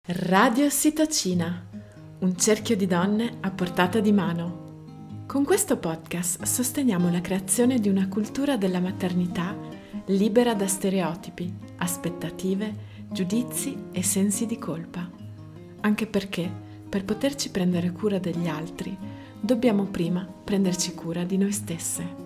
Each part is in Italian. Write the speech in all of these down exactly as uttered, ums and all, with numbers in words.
Radio Ossitocina, un cerchio di donne a portata di mano. Con questo podcast sosteniamo la creazione di una cultura della maternità libera da stereotipi, aspettative, giudizi e sensi di colpa. Anche perché, per poterci prendere cura degli altri, dobbiamo prima prenderci cura di noi stesse.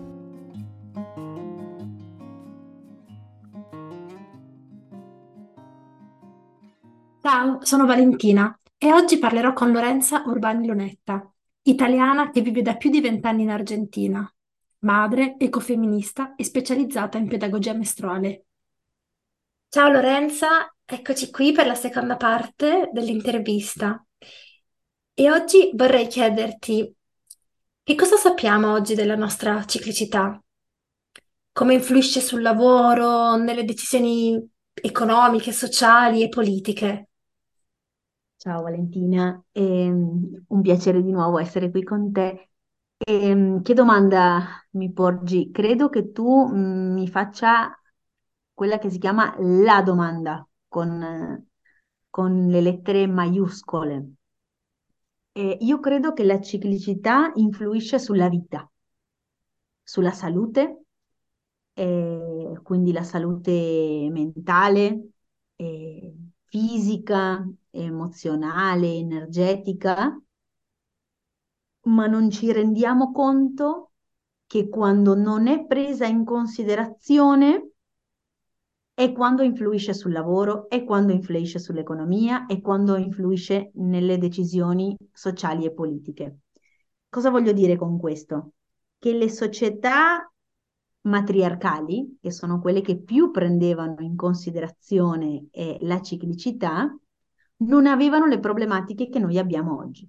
Ciao, sono Valentina e oggi parlerò con Lorenza Urbani Lunetta, italiana che vive da più di vent'anni in Argentina, madre, ecofemminista e specializzata in pedagogia mestruale. Ciao Lorenza, eccoci qui per la seconda parte dell'intervista e oggi vorrei chiederti che cosa sappiamo oggi della nostra ciclicità? Come influisce sul lavoro, nelle decisioni economiche, sociali e politiche? Ciao Valentina, Ehm, un piacere di nuovo essere qui con te. Ehm, che domanda mi porgi? Credo che tu mm, mi faccia quella che si chiama la domanda con, eh, con le lettere maiuscole. E io credo che la ciclicità influisce sulla vita, sulla salute, eh, quindi la salute mentale, eh, fisica, emozionale, energetica, ma non ci rendiamo conto che quando non è presa in considerazione è quando influisce sul lavoro, è quando influisce sull'economia, è quando influisce nelle decisioni sociali e politiche. Cosa voglio dire con questo? Che le società matriarcali, che sono quelle che più prendevano in considerazione eh, la ciclicità, non avevano le problematiche che noi abbiamo oggi.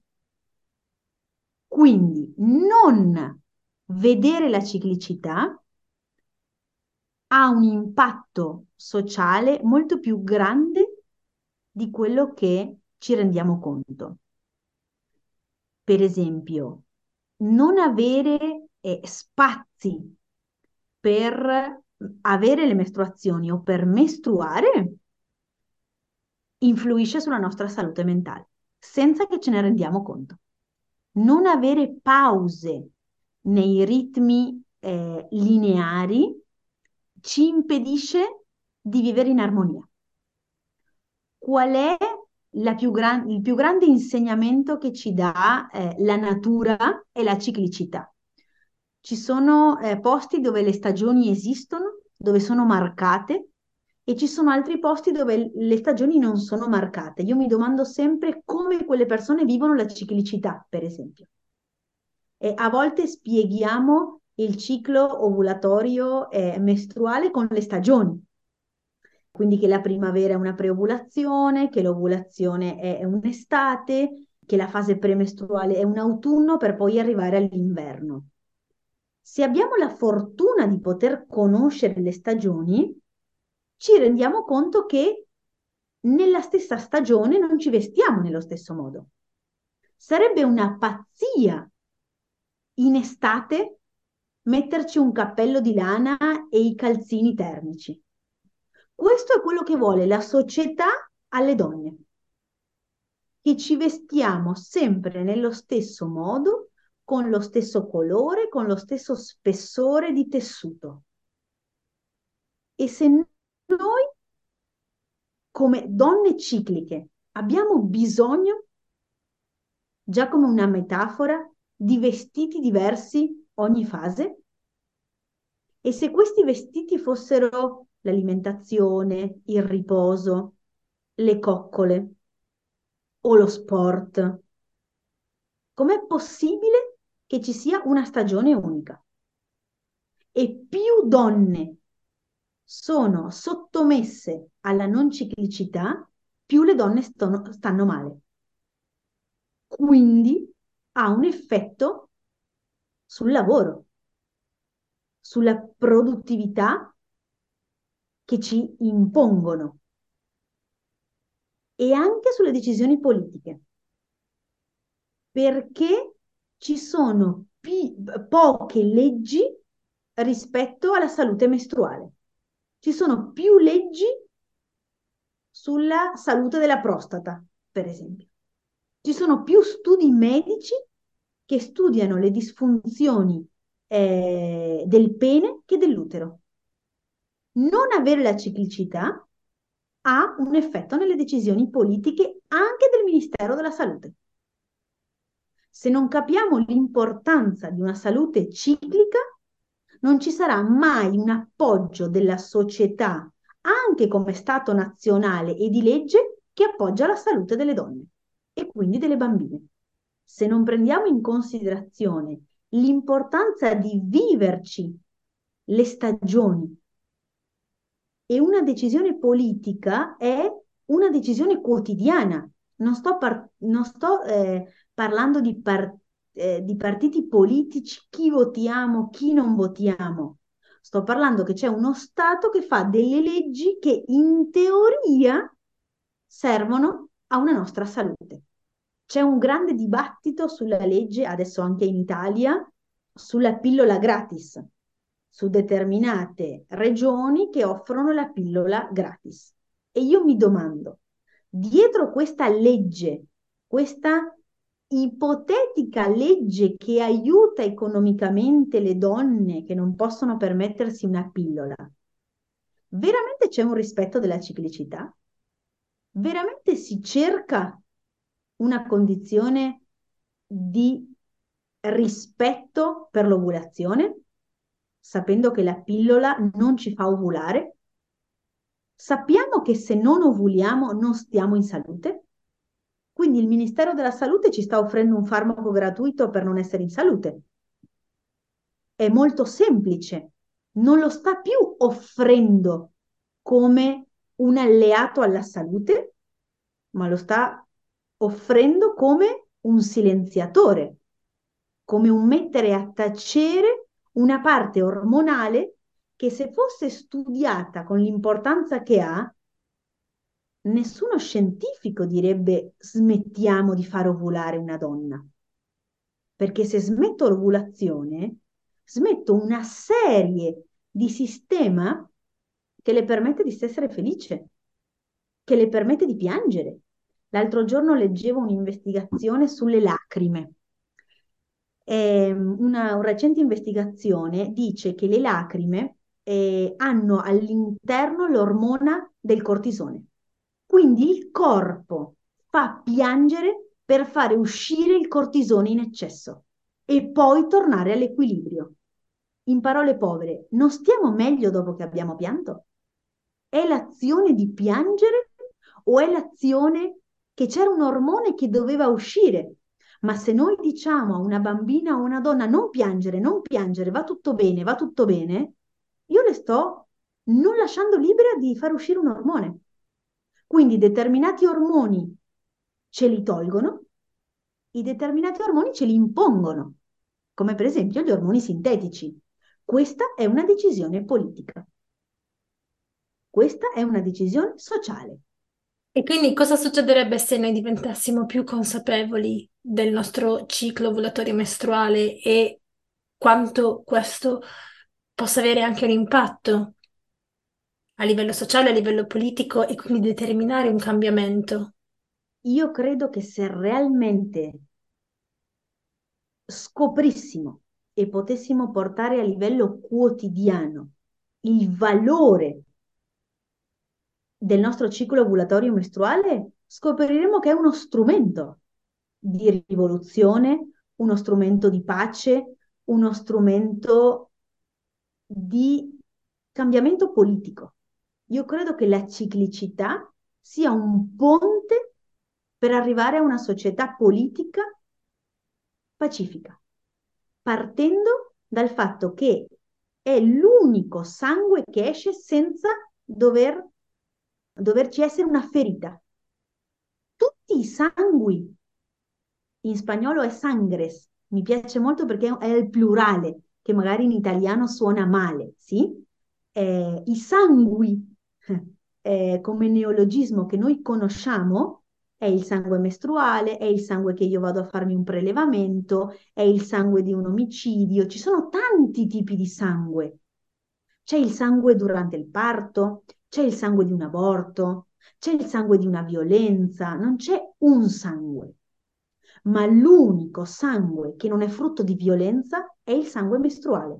Quindi non vedere la ciclicità ha un impatto sociale molto più grande di quello che ci rendiamo conto. Per esempio, non avere eh, spazi per avere le mestruazioni o per mestruare influisce sulla nostra salute mentale, senza che ce ne rendiamo conto. Non avere pause nei ritmi eh, lineari ci impedisce di vivere in armonia. Qual è la più gran- il più grande insegnamento che ci dà eh, la natura e la ciclicità? Ci sono eh, posti dove le stagioni esistono, dove sono marcate, e ci sono altri posti dove le stagioni non sono marcate. Io mi domando sempre come quelle persone vivono la ciclicità, per esempio. E a volte spieghiamo il ciclo ovulatorio e mestruale con le stagioni. Quindi che la primavera è una preovulazione, che l'ovulazione è un'estate, che la fase premestruale è un autunno per poi arrivare all'inverno. Se abbiamo la fortuna di poter conoscere le stagioni, ci rendiamo conto che nella stessa stagione non ci vestiamo nello stesso modo. Sarebbe una pazzia in estate metterci un cappello di lana e i calzini termici. Questo è quello che vuole la società alle donne, che ci vestiamo sempre nello stesso modo, con lo stesso colore, con lo stesso spessore di tessuto. E se noi, come donne cicliche, abbiamo bisogno, già come una metafora, di vestiti diversi ogni fase, e se questi vestiti fossero l'alimentazione, il riposo, le coccole o lo sport, com'è possibile che ci sia una stagione unica? E più donne sono sottomesse alla non ciclicità, più le donne stono- stanno male. Quindi ha un effetto sul lavoro, sulla produttività che ci impongono e anche sulle decisioni politiche, perché ci sono pi- poche leggi rispetto alla salute mestruale. Ci sono più leggi sulla salute della prostata, per esempio. Ci sono più studi medici che studiano le disfunzioni eh, del pene che dell'utero. Non avere la ciclicità ha un effetto nelle decisioni politiche anche del Ministero della Salute. Se non capiamo l'importanza di una salute ciclica, non ci sarà mai un appoggio della società, anche come Stato nazionale e di legge, che appoggia la salute delle donne e quindi delle bambine. Se non prendiamo in considerazione l'importanza di viverci le stagioni, e una decisione politica è una decisione quotidiana. Non sto, par- non sto eh, parlando di, par- eh, di partiti politici, chi votiamo, chi non votiamo. Sto parlando che c'è uno Stato che fa delle leggi che in teoria servono a una nostra salute. C'è un grande dibattito sulla legge, adesso anche in Italia, sulla pillola gratis, su determinate regioni che offrono la pillola gratis. E io mi domando, dietro questa legge, questa ipotetica legge che aiuta economicamente le donne che non possono permettersi una pillola, veramente c'è un rispetto della ciclicità? Veramente si cerca una condizione di rispetto per l'ovulazione, sapendo che la pillola non ci fa ovulare? Sappiamo che se non ovuliamo non stiamo in salute? Quindi il Ministero della Salute ci sta offrendo un farmaco gratuito per non essere in salute. È molto semplice, non lo sta più offrendo come un alleato alla salute, ma lo sta offrendo come un silenziatore, come un mettere a tacere una parte ormonale che se fosse studiata con l'importanza che ha, nessuno scientifico direbbe smettiamo di far ovulare una donna. Perché se smetto l'ovulazione, smetto una serie di sistema che le permette di essere felice, che le permette di piangere. L'altro giorno leggevo un'investigazione sulle lacrime. Eh, una, una recente investigazione dice che le lacrime eh, hanno all'interno l'ormona del cortisone. Quindi il corpo fa piangere per fare uscire il cortisone in eccesso e poi tornare all'equilibrio. In parole povere, non stiamo meglio dopo che abbiamo pianto? È l'azione di piangere o è l'azione che c'era un ormone che doveva uscire? Ma se noi diciamo a una bambina o a una donna non piangere, non piangere, va tutto bene, va tutto bene, io le sto non lasciando libera di far uscire un ormone. Quindi determinati ormoni ce li tolgono, i determinati ormoni ce li impongono, come per esempio gli ormoni sintetici. Questa è una decisione politica. Questa è una decisione sociale. E quindi cosa succederebbe se noi diventassimo più consapevoli del nostro ciclo ovulatorio mestruale e quanto questo possa avere anche un impatto a livello sociale, a livello politico e quindi determinare un cambiamento? Io credo che se realmente scoprissimo e potessimo portare a livello quotidiano il valore del nostro ciclo ovulatorio mestruale, scopriremo che è uno strumento di rivoluzione, uno strumento di pace, uno strumento di cambiamento politico. Io credo che la ciclicità sia un ponte per arrivare a una società politica pacifica, partendo dal fatto che è l'unico sangue che esce senza dover, doverci essere una ferita. Tutti i sangui, in spagnolo è sangres, mi piace molto perché è il plurale, che magari in italiano suona male, sì? Eh, I sangui, eh, come neologismo che noi conosciamo, è il sangue mestruale, è il sangue che io vado a farmi un prelevamento, è il sangue di un omicidio, ci sono tanti tipi di sangue. C'è il sangue durante il parto, c'è il sangue di un aborto, C'è il sangue di una violenza, non c'è un sangue, ma l'unico sangue che non è frutto di violenza è il sangue mestruale.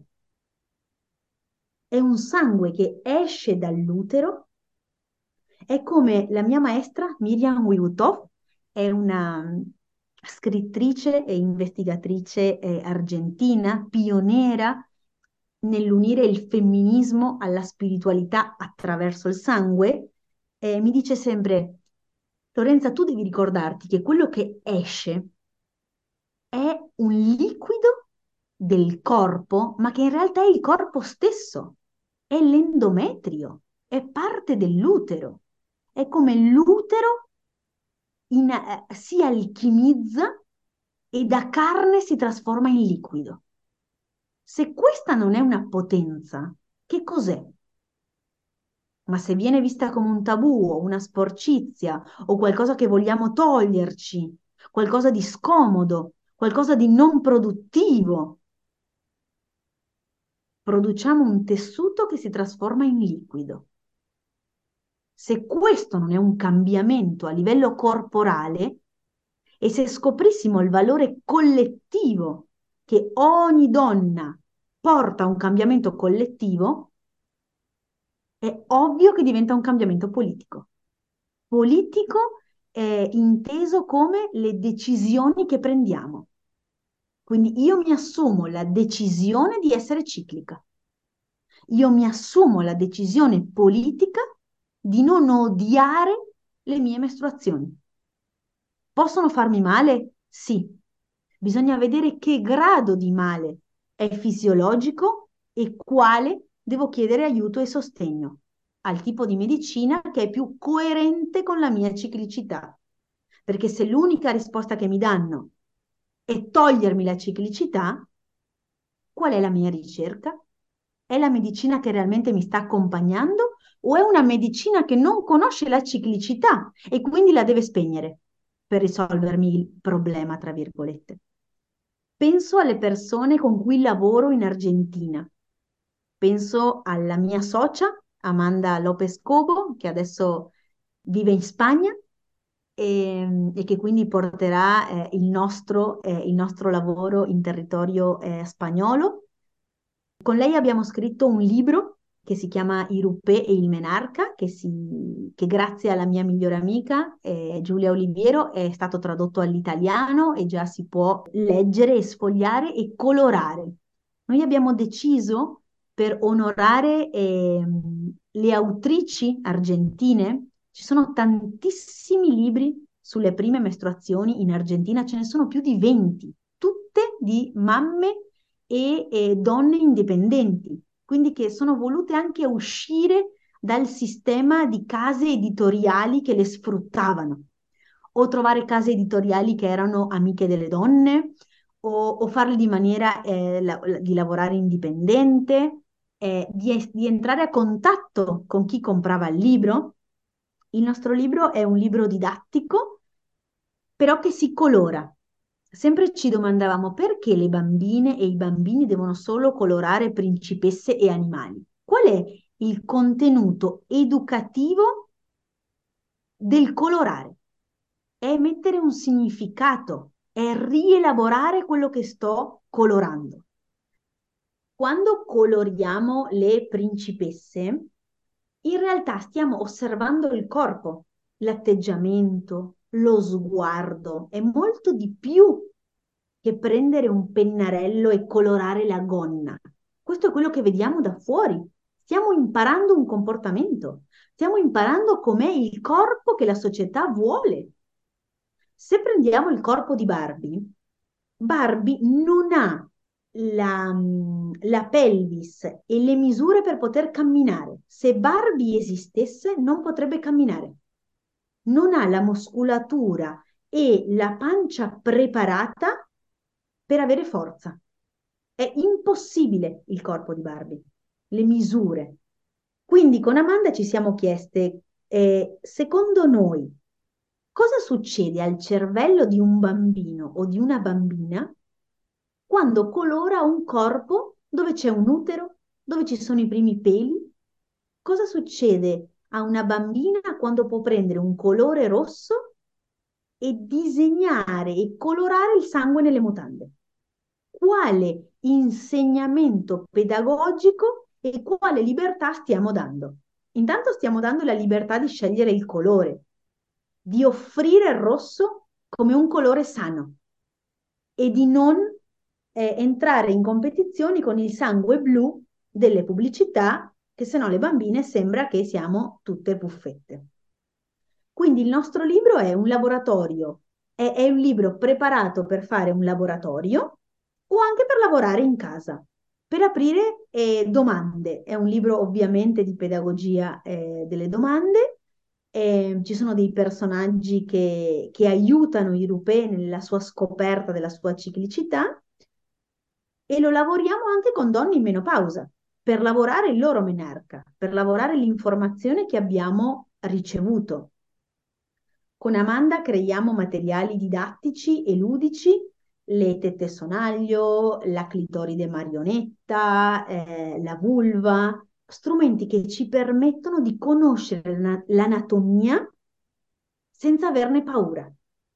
È un sangue che esce dall'utero. È come la mia maestra Miriam Wiwutov, è una mm, scrittrice e investigatrice eh, argentina, pionera nell'unire il femminismo alla spiritualità attraverso il sangue. Eh, mi dice sempre, Lorenza, tu devi ricordarti che quello che esce è un liquido del corpo, ma che in realtà è il corpo stesso, è l'endometrio, è parte dell'utero. È come l'utero in- eh, si alchimizza e da carne si trasforma in liquido. Se questa non è una potenza, che cos'è? Ma se viene vista come un tabù o una sporcizia o qualcosa che vogliamo toglierci, qualcosa di scomodo, qualcosa di non produttivo, produciamo un tessuto che si trasforma in liquido. Se questo non è un cambiamento a livello corporale e se scoprissimo il valore collettivo che ogni donna porta a un cambiamento collettivo, è ovvio che diventa un cambiamento politico. Politico è inteso come le decisioni che prendiamo. Quindi io mi assumo la decisione di essere ciclica. Io mi assumo la decisione politica di non odiare le mie mestruazioni. Possono farmi male? Sì. Bisogna vedere che grado di male è fisiologico e quale devo chiedere aiuto e sostegno al tipo di medicina che è più coerente con la mia ciclicità. Perché se l'unica risposta che mi danno è togliermi la ciclicità, qual è la mia ricerca? È la medicina che realmente mi sta accompagnando o è una medicina che non conosce la ciclicità e quindi la deve spegnere per risolvermi il problema, tra virgolette? Penso alle persone con cui lavoro in Argentina. Penso alla mia socia, Amanda Lopez Cobo, che adesso vive in Spagna e, e che quindi porterà eh, il nostro, eh, il nostro lavoro in territorio eh, spagnolo. Con lei abbiamo scritto un libro che si chiama Irupé e il Menarca, che, si- che grazie alla mia migliore amica eh, Giulia Oliviero è stato tradotto all'italiano e già si può leggere e sfogliare e colorare. Noi abbiamo deciso per onorare ehm, le autrici argentine, ci sono tantissimi libri sulle prime mestruazioni in Argentina, ce ne sono più di venti, tutte di mamme e, e donne indipendenti, quindi che sono volute anche uscire dal sistema di case editoriali che le sfruttavano, o trovare case editoriali che erano amiche delle donne, o, o farle di maniera eh, la- di lavorare indipendente, eh, di, es- di entrare a contatto con chi comprava il libro. Il nostro libro è un libro didattico però che si colora. Sempre ci domandavamo perché le bambine e i bambini devono solo colorare principesse e animali. Qual è il contenuto educativo del colorare? È mettere un significato, è rielaborare quello che sto colorando. Quando coloriamo le principesse, in realtà stiamo osservando il corpo, l'atteggiamento, lo sguardo. È molto di più che prendere un pennarello e colorare la gonna. Questo è quello che vediamo da fuori. Stiamo imparando un comportamento, stiamo imparando com'è il corpo che la società vuole. Se prendiamo il corpo di Barbie, Barbie non ha la, mm, la pelvis e le misure per poter camminare. Se Barbie esistesse, non potrebbe camminare. Non ha la muscolatura e la pancia preparata per avere forza. È impossibile il corpo di Barbie, le misure. Quindi con Amanda ci siamo chieste, eh, secondo noi, cosa succede al cervello di un bambino o di una bambina quando colora un corpo dove c'è un utero, dove ci sono i primi peli? Cosa succede a una bambina quando può prendere un colore rosso e disegnare e colorare il sangue nelle mutande? Quale insegnamento pedagogico e quale libertà stiamo dando? Intanto stiamo dando la libertà di scegliere il colore, di offrire il rosso come un colore sano e di non eh, entrare in competizioni con il sangue blu delle pubblicità, che se no le bambine sembra che siamo tutte puffette. Quindi il nostro libro è un laboratorio, è, è un libro preparato per fare un laboratorio o anche per lavorare in casa, per aprire eh, domande. È un libro ovviamente di pedagogia eh, delle domande. Eh, ci sono dei personaggi che, che aiutano Irupé nella sua scoperta della sua ciclicità e lo lavoriamo anche con donne in menopausa, per lavorare il loro menarca, per lavorare l'informazione che abbiamo ricevuto. Con Amanda creiamo materiali didattici e ludici, le tette sonaglio, la clitoride marionetta, eh, la vulva, strumenti che ci permettono di conoscere l'ana- l'anatomia senza averne paura,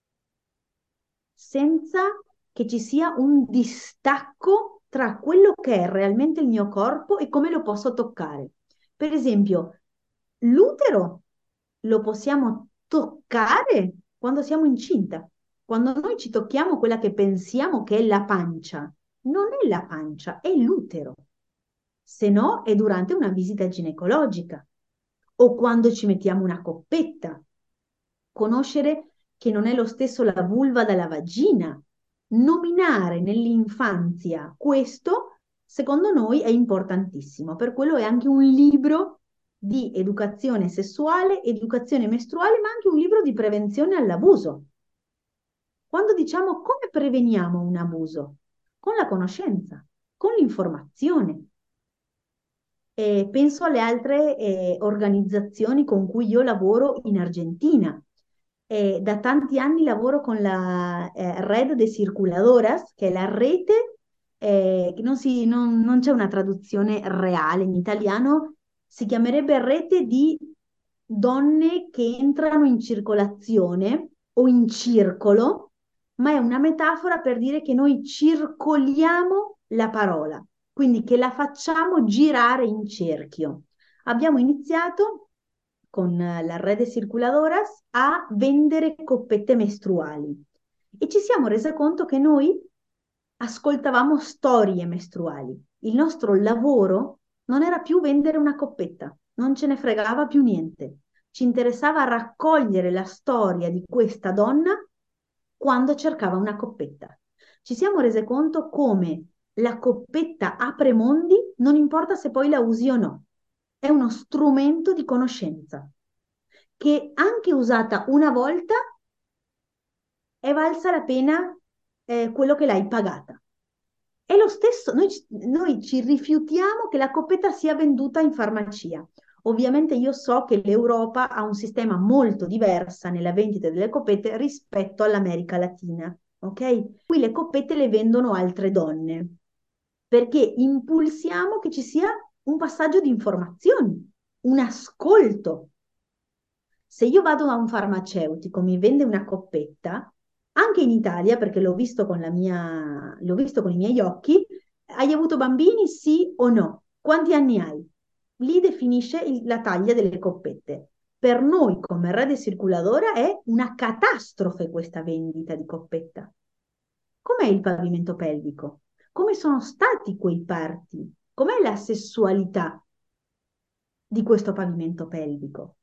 senza che ci sia un distacco tra quello che è realmente il mio corpo e come lo posso toccare. Per esempio, l'utero lo possiamo toccare quando siamo incinta. Quando noi ci tocchiamo quella che pensiamo che è la pancia, non è la pancia, è l'utero. Se no, è durante una visita ginecologica o quando ci mettiamo una coppetta. Conoscere che non è lo stesso la vulva dalla vagina. Nominare nell'infanzia questo, secondo noi, è importantissimo. Per quello è anche un libro di educazione sessuale, educazione mestruale, ma anche un libro di prevenzione all'abuso. Quando diciamo come preveniamo un abuso? Con la conoscenza, con l'informazione. E penso alle altre eh, organizzazioni con cui io lavoro in Argentina. Eh, da tanti anni lavoro con la eh, Red de Circuladoras, che è la rete, eh, che non, si- non- non c'è una traduzione reale in italiano, si chiamerebbe rete di donne che entrano in circolazione o in circolo, ma è una metafora per dire che noi circoliamo la parola, quindi che la facciamo girare in cerchio. Abbiamo iniziato con eh, la Rede Circuladoras a vendere coppette mestruali e ci siamo resi conto che noi ascoltavamo storie mestruali. Il nostro lavoro non era più vendere una coppetta, non ce ne fregava più niente. Ci interessava raccogliere la storia di questa donna quando cercava una coppetta. Ci siamo resi conto come la coppetta apre mondi, non importa se poi la usi o no. È uno strumento di conoscenza che anche usata una volta è valsa la pena eh, quello che l'hai pagata. È lo stesso, noi, ci- noi ci rifiutiamo che la coppetta sia venduta in farmacia. Ovviamente io so che l'Europa ha un sistema molto diverso nella vendita delle coppette rispetto all'America Latina, ok? Qui le coppette le vendono altre donne, perché impulsiamo che ci sia un passaggio di informazioni, un ascolto. Se io vado da un farmaceutico, mi vende una coppetta, anche in Italia, perché l'ho visto con la mia, l'ho visto con i miei occhi, hai avuto bambini, sì o no? Quanti anni hai? Lì definisce il- la taglia delle coppette. Per noi, come rete circoladora, è una catastrofe questa vendita di coppetta. Com'è il pavimento pelvico? Come sono stati quei parti? Com'è la sessualità di questo pavimento pelvico?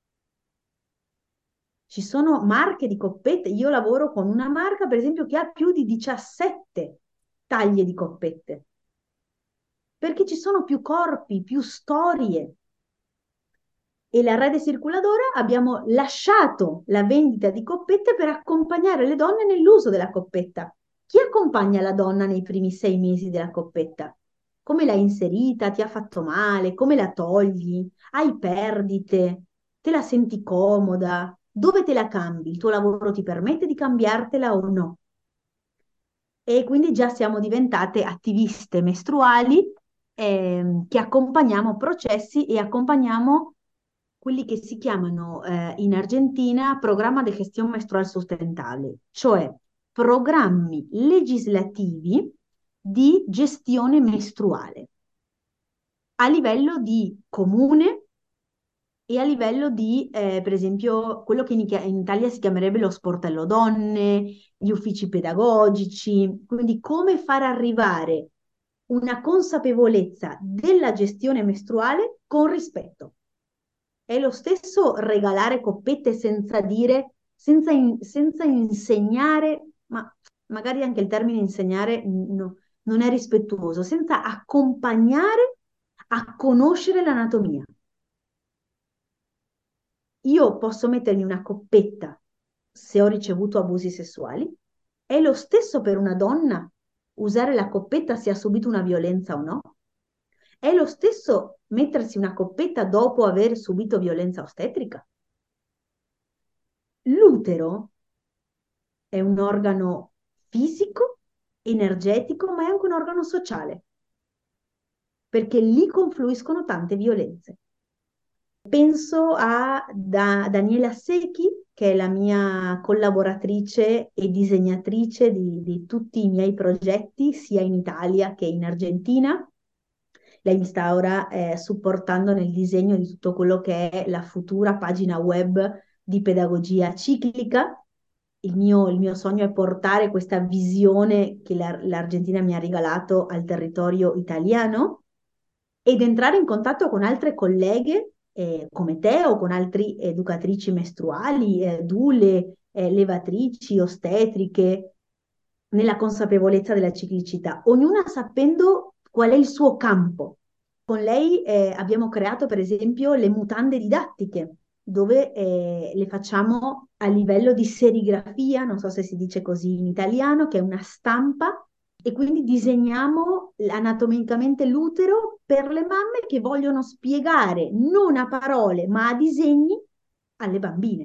Ci sono marche di coppette. Io lavoro con una marca, per esempio, che ha più di diciassette taglie di coppette, perché ci sono più corpi, più storie. E la rete circoladora abbiamo lasciato la vendita di coppette per accompagnare le donne nell'uso della coppetta. Chi accompagna la donna nei primi sei mesi della coppetta? Come l'hai inserita? Ti ha fatto male? Come la togli? Hai perdite? Te la senti comoda? Dove te la cambi? Il tuo lavoro ti permette di cambiartela o no? E quindi già siamo diventate attiviste mestruali ehm, che accompagniamo processi e accompagniamo quelli che si chiamano eh, in Argentina Programma de Gestión Menstrual Sustentable, cioè programmi legislativi di gestione mestruale a livello di comune e a livello di, eh, per esempio, quello che in, in Italia si chiamerebbe lo sportello donne, gli uffici pedagogici, quindi come far arrivare una consapevolezza della gestione mestruale con rispetto. È lo stesso regalare coppette senza dire, senza, in- senza insegnare, ma magari anche il termine insegnare no, non è rispettuoso, senza accompagnare a conoscere l'anatomia. Io posso mettermi una coppetta se ho ricevuto abusi sessuali, è lo stesso per una donna usare la coppetta se ha subito una violenza o no? È lo stesso mettersi una coppetta dopo aver subito violenza ostetrica? L'utero è un organo fisico, energetico, ma è anche un organo sociale, perché lì confluiscono tante violenze. Penso a Da- Daniela Secchi, che è la mia collaboratrice e disegnatrice di, di tutti i miei progetti, sia in Italia che in Argentina. Lei mi sta ora eh, supportando nel disegno di tutto quello che è la futura pagina web di pedagogia ciclica. Il mio, il mio sogno è portare questa visione che la- l'Argentina mi ha regalato al territorio italiano ed entrare in contatto con altre colleghe eh, come te o con altre educatrici mestruali, eh, dule, eh, levatrici, ostetriche, nella consapevolezza della ciclicità, ognuna sapendo qual è il suo campo. Con lei eh, abbiamo creato, per esempio, le mutande didattiche, dove eh, le facciamo a livello di serigrafia, non so se si dice così in italiano, che è una stampa, e quindi disegniamo anatomicamente l'utero per le mamme che vogliono spiegare non a parole, ma a disegni alle bambine.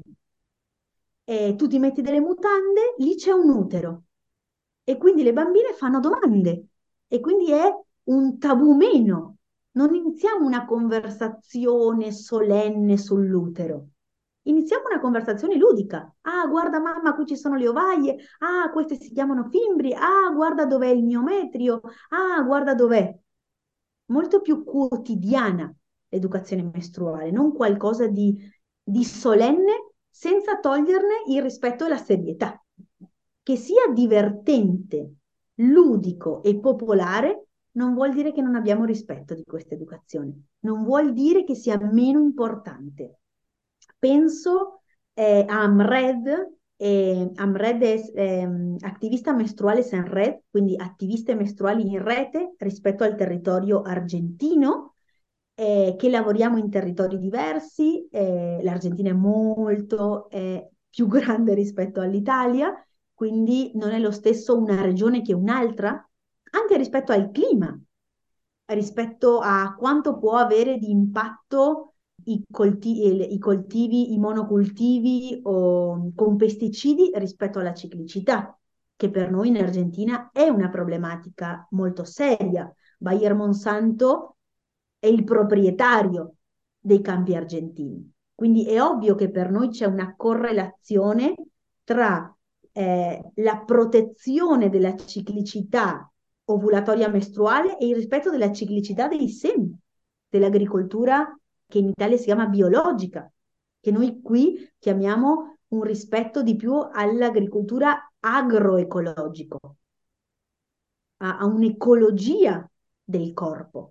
E tu ti metti delle mutande, lì c'è un utero e quindi le bambine fanno domande e quindi è un tabù meno. Non iniziamo una conversazione solenne sull'utero. Iniziamo una conversazione ludica. Ah, guarda mamma, qui ci sono le ovaie. Ah, queste si chiamano fimbri. Ah, guarda dov'è il miometrio. Ah, guarda dov'è. Molto più quotidiana l'educazione mestruale, non qualcosa di, di solenne senza toglierne il rispetto e la serietà. Che sia divertente, ludico e popolare non vuol dire che non abbiamo rispetto di questa educazione, non vuol dire che sia meno importante. Penso eh, a Amred, eh, Amred è ehm, attivista mestruale en red, quindi attiviste mestruali in rete rispetto al territorio argentino, eh, che lavoriamo in territori diversi, eh, l'Argentina è molto eh, più grande rispetto all'Italia, quindi non è lo stesso una regione che un'altra, anche rispetto al clima, rispetto a quanto può avere di impatto i, colti- il- i coltivi, i monocultivi o con pesticidi rispetto alla ciclicità, che per noi in Argentina è una problematica molto seria. Bayer Monsanto è il proprietario dei campi argentini. Quindi è ovvio che per noi c'è una correlazione tra eh, la protezione della ciclicità ovulatoria mestruale e il rispetto della ciclicità dei semi, dell'agricoltura che in Italia si chiama biologica, che noi qui chiamiamo un rispetto di più all'agricoltura agroecologico, a, a un'ecologia del corpo.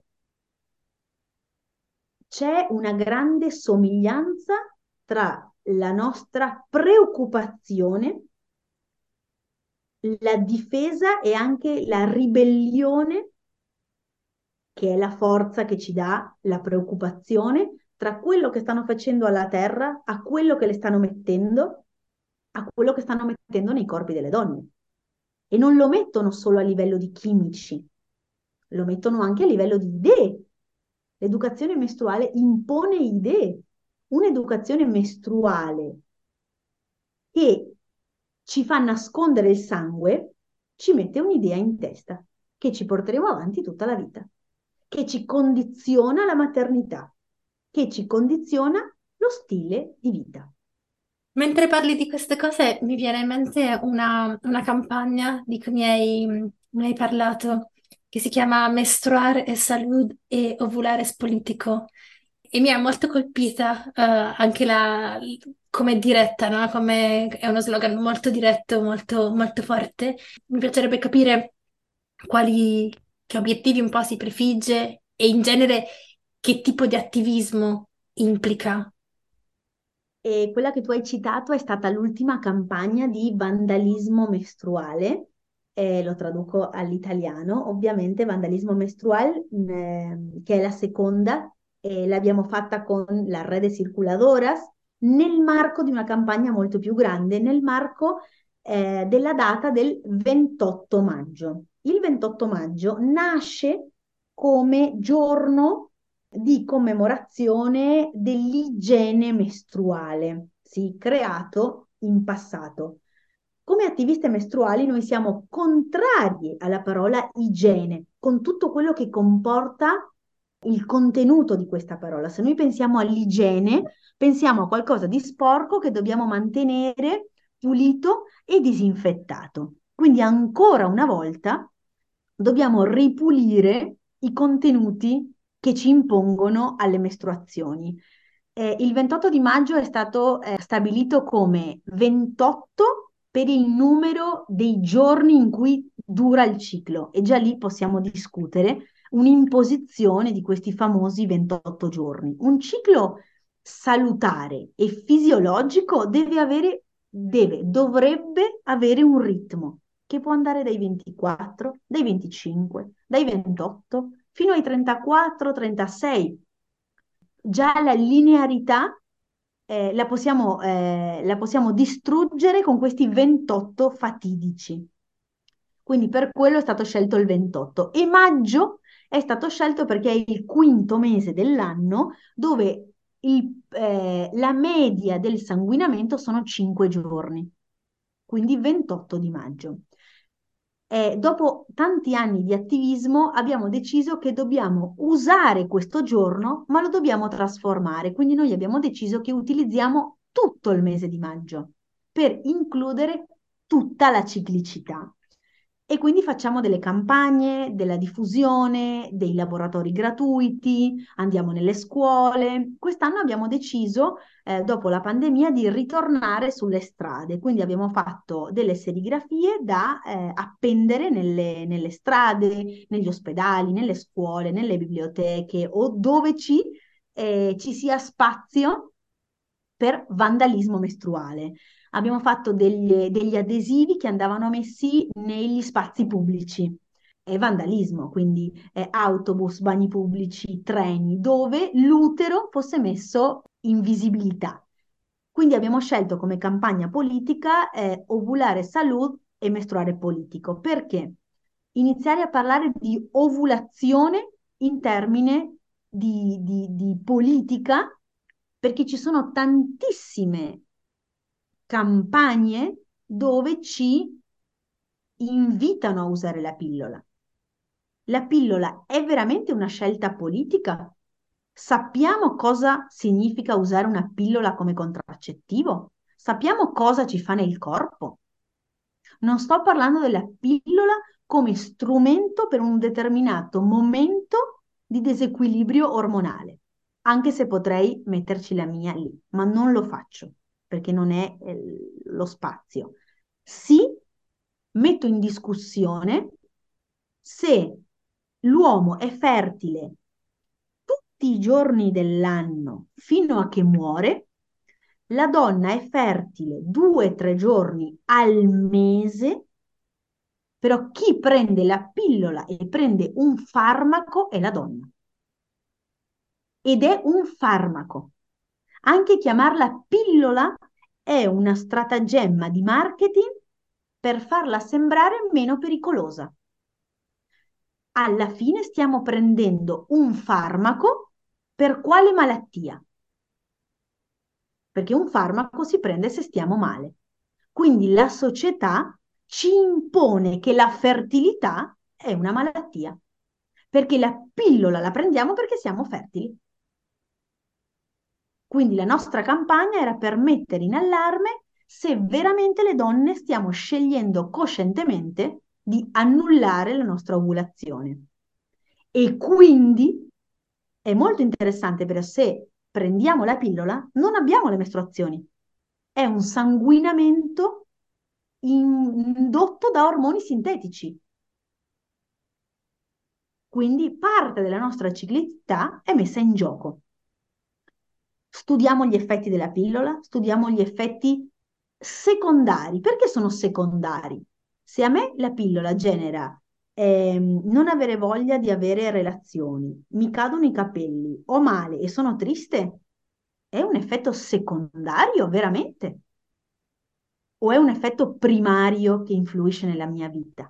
C'è una grande somiglianza tra la nostra preoccupazione, la difesa e anche la ribellione, che è la forza che ci dà la preoccupazione, tra quello che stanno facendo alla terra, a quello che le stanno mettendo, a quello che stanno mettendo nei corpi delle donne. E non lo mettono solo a livello di chimici, lo mettono anche a livello di idee. L'educazione mestruale impone idee. Un'educazione mestruale che ci fa nascondere il sangue ci mette un'idea in testa che ci porteremo avanti tutta la vita, che ci condiziona la maternità, che ci condiziona lo stile di vita. Mentre parli di queste cose mi viene in mente una, una campagna di cui mi hai, mi hai parlato, che si chiama Menstruare e Salud e Ovulare es Politico. E mi ha molto colpita, eh, anche la, come è diretta, no? Come è uno slogan molto diretto, molto, molto forte. Mi piacerebbe capire quali che obiettivi un po' si prefigge e in genere che tipo di attivismo implica. E quella che tu hai citato è stata l'ultima campagna di vandalismo mestruale, eh, lo traduco all'italiano, ovviamente vandalismo mestrual, mh, che è la seconda, e l'abbiamo fatta con la Rede Circuladoras, nel marco di una campagna molto più grande, nel marco eh, della data del ventotto maggio. Il ventotto maggio nasce come giorno di commemorazione dell'igiene mestruale, sì, creato in passato. Come attiviste mestruali noi siamo contrari alla parola igiene, con tutto quello che comporta il contenuto di questa parola. Se noi pensiamo all'igiene, pensiamo a qualcosa di sporco che dobbiamo mantenere pulito e disinfettato. Quindi ancora una volta dobbiamo ripulire i contenuti che ci impongono alle mestruazioni. Eh, il ventotto di maggio è stato eh, stabilito come ventotto per il numero dei giorni in cui dura il ciclo e già lì possiamo discutere un'imposizione di questi famosi ventotto giorni. Un ciclo salutare e fisiologico deve avere, deve, dovrebbe avere un ritmo che può andare dai ventiquattro, dai venticinque, dai ventotto fino ai trentaquattro, trentasei. Già la linearità eh, la possiamo, eh, la possiamo distruggere con questi ventotto fatidici. Quindi per quello è stato scelto il ventotto. E maggio è stato scelto perché è il quinto mese dell'anno dove il- eh, la media del sanguinamento sono cinque giorni, quindi ventotto di maggio. E dopo tanti anni di attivismo abbiamo deciso che dobbiamo usare questo giorno, ma lo dobbiamo trasformare. Quindi noi abbiamo deciso che utilizziamo tutto il mese di maggio per includere tutta la ciclicità. E quindi facciamo delle campagne, della diffusione, dei laboratori gratuiti, andiamo nelle scuole. Quest'anno abbiamo deciso, eh, dopo la pandemia, di ritornare sulle strade. Quindi abbiamo fatto delle serigrafie da eh, appendere nelle, nelle strade, negli ospedali, nelle scuole, nelle biblioteche o dove ci, eh, ci sia spazio per vandalismo mestruale. Abbiamo fatto degli, degli adesivi che andavano messi negli spazi pubblici. È vandalismo, quindi eh, autobus, bagni pubblici, treni, dove l'utero fosse messo in visibilità. Quindi abbiamo scelto come campagna politica eh, ovulare salud e mestruare politico. Perché? Iniziare a parlare di ovulazione in termini di, di di politica perché ci sono tantissime campagne dove ci invitano a usare la pillola. La pillola è veramente una scelta politica? Sappiamo cosa significa usare una pillola come contraccettivo? Sappiamo cosa ci fa nel corpo? Non sto parlando della pillola come strumento per un determinato momento di disequilibrio ormonale, anche se potrei metterci la mia lì, ma non lo faccio perché non è eh, lo spazio. Sì, metto in discussione se l'uomo è fertile tutti i giorni dell'anno fino a che muore, la donna è fertile due o tre giorni al mese, però chi prende la pillola e prende un farmaco è la donna. Ed è un farmaco. Anche chiamarla pillola è una stratagemma di marketing per farla sembrare meno pericolosa. Alla fine stiamo prendendo un farmaco per quale malattia? Perché un farmaco si prende se stiamo male. Quindi la società ci impone che la fertilità è una malattia, perché la pillola la prendiamo perché siamo fertili. Quindi la nostra campagna era per mettere in allarme se veramente le donne stiamo scegliendo coscientemente di annullare la nostra ovulazione. E quindi è molto interessante perché se prendiamo la pillola non abbiamo le mestruazioni. È un sanguinamento indotto da ormoni sintetici. Quindi parte della nostra ciclicità è messa in gioco. Studiamo gli effetti della pillola, studiamo gli effetti secondari. Perché sono secondari? Se a me la pillola genera ehm, non avere voglia di avere relazioni, mi cadono i capelli, ho male e sono triste, è un effetto secondario veramente? O è un effetto primario che influisce nella mia vita?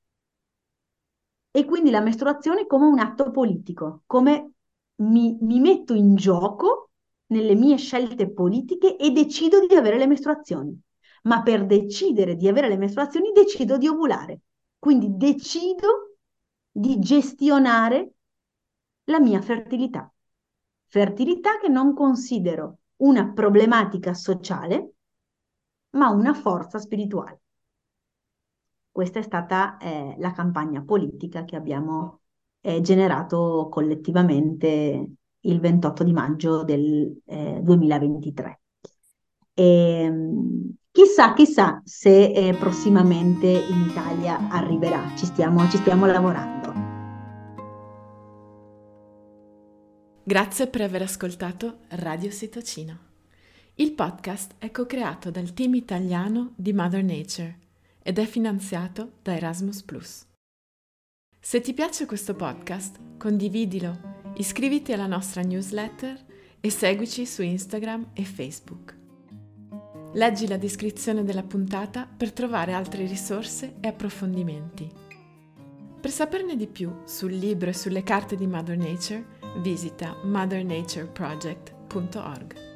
E quindi la mestruazione come un atto politico, come mi, mi metto in gioco nelle mie scelte politiche e decido di avere le mestruazioni. Ma per decidere di avere le mestruazioni decido di ovulare. Quindi decido di gestionare la mia fertilità. Fertilità che non considero una problematica sociale, ma una forza spirituale. Questa è stata eh, la campagna politica che abbiamo eh, generato collettivamente il ventotto di maggio del eh, duemilaventitré. E, mh, chissà, chissà se eh, prossimamente in Italia arriverà, ci stiamo, ci stiamo lavorando. Grazie per aver ascoltato Radio Sitocina. Il podcast è co-creato dal team italiano di Mother Nature ed è finanziato da Erasmus plus. Se ti piace questo podcast, condividilo, iscriviti alla nostra newsletter e seguici su Instagram e Facebook. Leggi la descrizione della puntata per trovare altre risorse e approfondimenti. Per saperne di più sul libro e sulle carte di Mother Nature, visita mother nature project punto org.